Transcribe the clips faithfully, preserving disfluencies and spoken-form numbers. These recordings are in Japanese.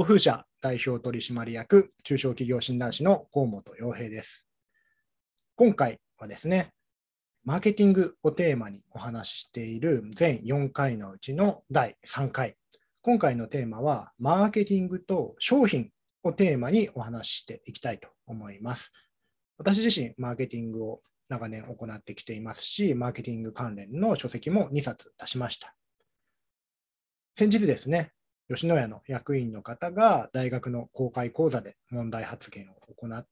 オフ社代表取締役中小企業診断士の河本洋平です。今回はですね、マーケティングをテーマにお話ししている全よんかいのうちのだいさんかい。今回のテーマはマーケティングと商品をテーマにお話ししていきたいと思います。私自身マーケティングを長年行ってきていますし、マーケティング関連の書籍もにさつ出しました。先日ですね、吉野家の役員の方が大学の公開講座で問題発言を行って、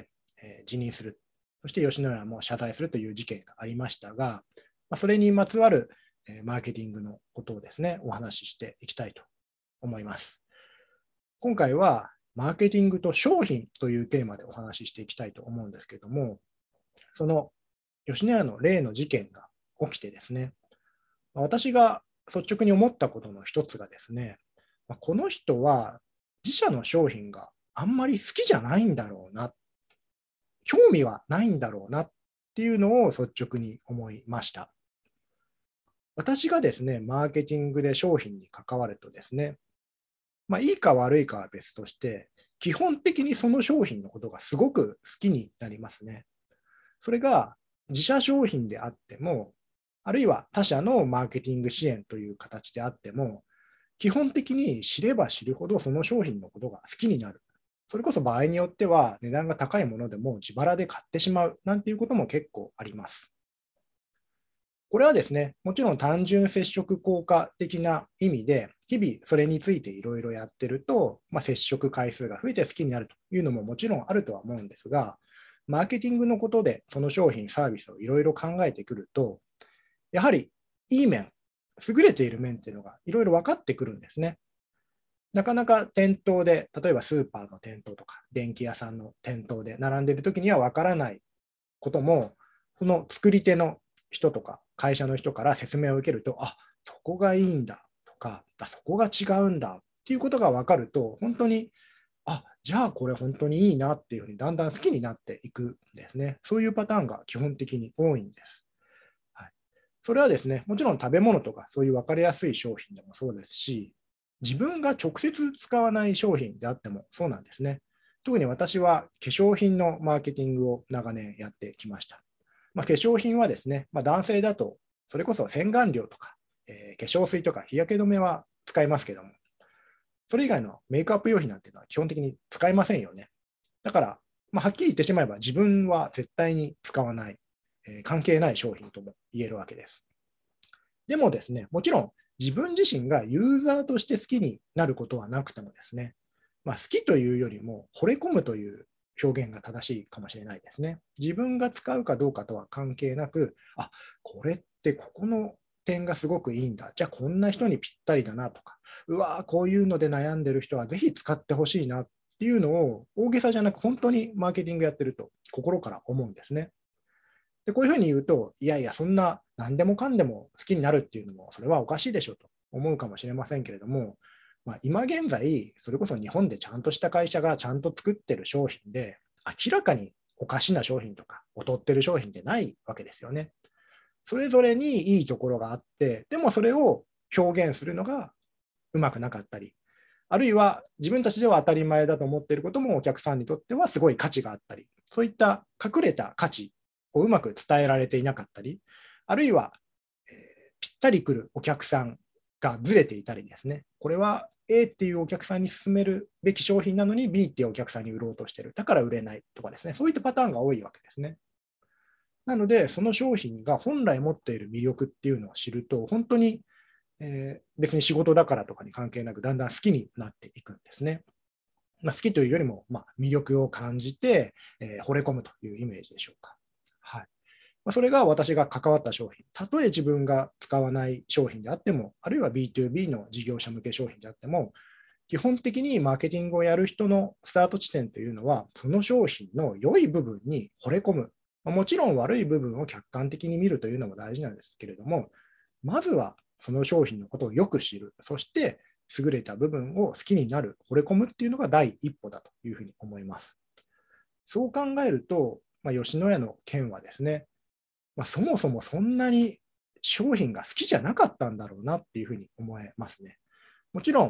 えー、辞任する。そして吉野家も謝罪するという事件がありましたが、まあ、それにまつわる、えー、マーケティングのことをですね、お話ししていきたいと思います。今回はマーケティングと商品というテーマでお話ししていきたいと思うんですけれども、その吉野家の例の事件が起きてですね、私が率直に思ったことの一つがですね、この人は自社の商品があんまり好きじゃないんだろうな、興味はないんだろうなっていうのを率直に思いました。私がですね、マーケティングで商品に関わるとですね、まあいいか悪いかは別として、基本的にその商品のことがすごく好きになりますね。それが自社商品であっても、あるいは他社のマーケティング支援という形であっても、基本的に知れば知るほどその商品のことが好きになる。それこそ場合によっては値段が高いものでも自腹で買ってしまうなんていうことも結構あります。これはですね、もちろん単純接触効果的な意味で、日々それについていろいろやってると、まあ、接触回数が増えて好きになるというのももちろんあるとは思うんですが、マーケティングのことでその商品、サービスをいろいろ考えてくると、やはりいい面、優れている面っていうのがいろいろ分かってくるんですね。なかなか店頭で、例えばスーパーの店頭とか、電気屋さんの店頭で並んでいるときには分からないことも、その作り手の人とか、会社の人から説明を受けると、あ、そこがいいんだとか、あそこが違うんだっていうことが分かると、本当に、あ、じゃあこれ本当にいいなっていうふうにだんだん好きになっていくんですね。そういうパターンが基本的に多いんです。はい、それはですね、もちろん食べ物とかそういう分かりやすい商品でもそうですし、自分が直接使わない商品であってもそうなんですね。特に私は化粧品のマーケティングを長年やってきました。まあ、化粧品はですね、まあ、男性だとそれこそ洗顔料とか、えー、化粧水とか日焼け止めは使いますけども、それ以外のメイクアップ用品なんていうのは基本的に使いませんよね。だから、まあ、はっきり言ってしまえば自分は絶対に使わない、えー、関係ない商品とも言えるわけです。でもですね、もちろん自分自身がユーザーとして好きになることはなくてもですね、まあ、好きというよりも惚れ込むという表現が正しいかもしれないですね。自分が使うかどうかとは関係なく、あ、これってここの点がすごくいいんだ。じゃあこんな人にぴったりだなとか、うわーこういうので悩んでる人はぜひ使ってほしいなっていうのを大げさじゃなく本当にマーケティングやってると心から思うんですね。で、こういうふうに言うと、いやいや、そんな何でもかんでも好きになるっていうのも、それはおかしいでしょと思うかもしれませんけれども、まあ、今現在、それこそ日本でちゃんとした会社がちゃんと作ってる商品で、明らかにおかしな商品とか、劣ってる商品ってないわけですよね。それぞれにいいところがあって、でもそれを表現するのがうまくなかったり、あるいは自分たちでは当たり前だと思っていることもお客さんにとってはすごい価値があったり、そういった隠れた価値をうまく伝えられていなかったり、あるいは、えー、ぴったり来るお客さんがずれていたりですね、これは A っていうお客さんに勧めるべき商品なのに B っていうお客さんに売ろうとしている、だから売れないとかですね、そういったパターンが多いわけですね。なので、その商品が本来持っている魅力っていうのを知ると、本当にえー、別に仕事だからとかに関係なく、だんだん好きになっていくんですね。まあ、好きというよりも、まあ、魅力を感じて、えー、惚れ込むというイメージでしょうか。はい。まあ、それが私が関わった商品。たとえ自分が使わない商品であっても、あるいは ビーツービー の事業者向け商品であっても、基本的にマーケティングをやる人のスタート地点というのは、その商品の良い部分に惚れ込む。もちろん悪い部分を客観的に見るというのも大事なんですけれども、まずはその商品のことをよく知る。そして優れた部分を好きになる、惚れ込むっていうのが第一歩だというふうに思います。そう考えると、まあ、吉野家の件はですね、まあ、そもそもそんなに商品が好きじゃなかったんだろうなっていうふうに思えますね。もちろん、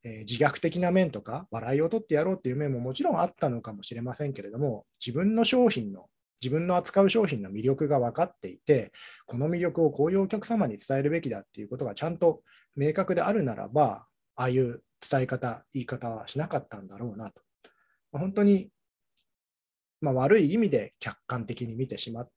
えー自虐的な面とか、笑いを取ってやろうっていう面ももちろんあったのかもしれませんけれども、自分の商品の、自分の扱う商品の魅力が分かっていて、この魅力をこういうお客様に伝えるべきだっていうことがちゃんと明確であるならば、ああいう伝え方、言い方はしなかったんだろうなと。本当に、まあ、悪い意味で客観的に見てしまって、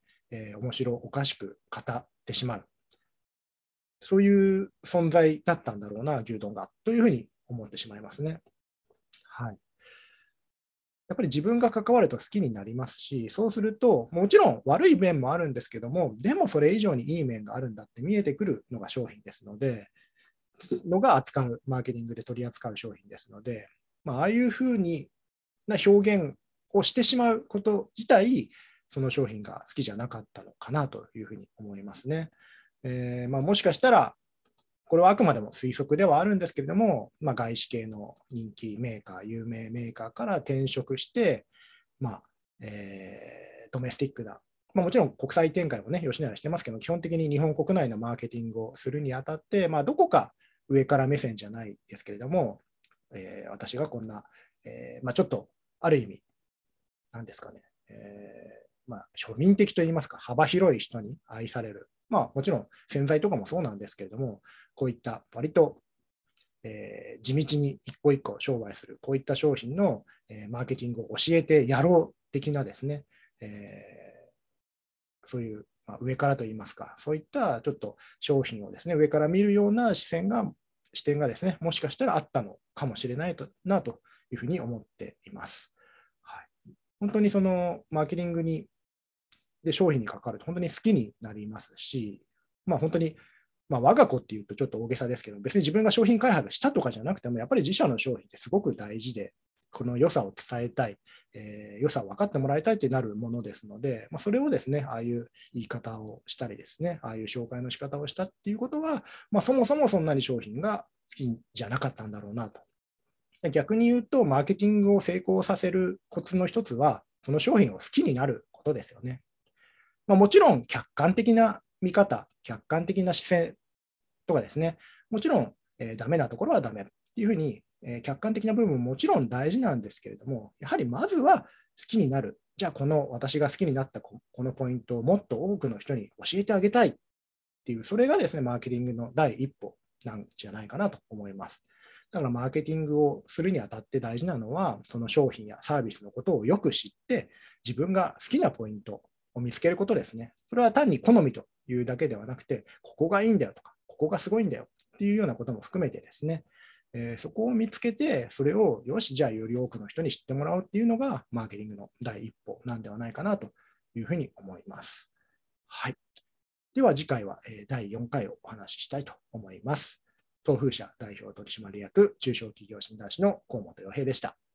えー面白おかしく語ってしまう。そういう存在だったんだろうな、牛丼が、というふうに思ってしまいますね。はい。やっぱり自分が関わると好きになりますし、そうすると、もちろん悪い面もあるんですけども、でもそれ以上にいい面があるんだって見えてくるのが商品ですので、のが扱う、マーケティングで取り扱う商品ですので、まあ、ああいうふうにな表現をしてしまうこと自体、その商品が好きじゃなかったのかなというふうに思いますね。えーまあ、もしかしたら、これはあくまでも推測ではあるんですけれども、まあ、外資系の人気メーカー、有名メーカーから転職して、まあえードメスティックな、まあ、もちろん国際展開もね、吉野家してますけど、基本的に日本国内のマーケティングをするにあたって、まあ、どこか上から目線じゃないですけれども、えー私がこんな、えーまあ、ちょっとある意味、なんですかね、えーまあ、庶民的といいますか、幅広い人に愛される、まあ、もちろん洗剤とかもそうなんですけれども、こういった割と、えー地道に一個一個商売する、こういった商品の、えーマーケティングを教えてやろう的なですね、えーそういう、まあ、上からといいますか、そういったちょっと商品をですね、上から見るような視線が、視点がですね、もしかしたらあったのかもしれないとなというふうに思っています。はい、本当にそのマーケティングにで商品に関わると本当に好きになりますし、まあ、本当に、まあ、我が子っていうとちょっと大げさですけど、別に自分が商品開発したとかじゃなくても、やっぱり自社の商品ってすごく大事で、この良さを伝えたい、えー良さを分かってもらいたいってなるものですので、まあ、それをですね、ああいう言い方をしたりですね、ああいう紹介の仕方をしたっていうことは、まあ、そもそもそんなに商品が好きじゃなかったんだろうなと。逆に言うと、マーケティングを成功させるコツの一つは、その商品を好きになることですよね。まあ、もちろん客観的な見方、客観的な視線とかですね、もちろん、えー、ダメなところはダメっていうふうに、えー、客観的な部分ももちろん大事なんですけれども、やはりまずは好きになる。じゃあ、この私が好きになったこのポイントをもっと多くの人に教えてあげたいっていう、それがですね、マーケティングの第一歩なんじゃないかなと思います。だからマーケティングをするにあたって大事なのは、その商品やサービスのことをよく知って、自分が好きなポイントを見つけることですね。それは単に好みというだけではなくて、ここがいいんだよとか、ここがすごいんだよっていうようなことも含めてですね、えーそこを見つけて、それをよし、じゃあより多くの人に知ってもらおうっていうのが、マーケティングの第一歩なんではないかなというふうに思います。はい。では次回はだいよんかいをお話ししたいと思います。東風社代表取締役中小企業診断士の河本洋平でした。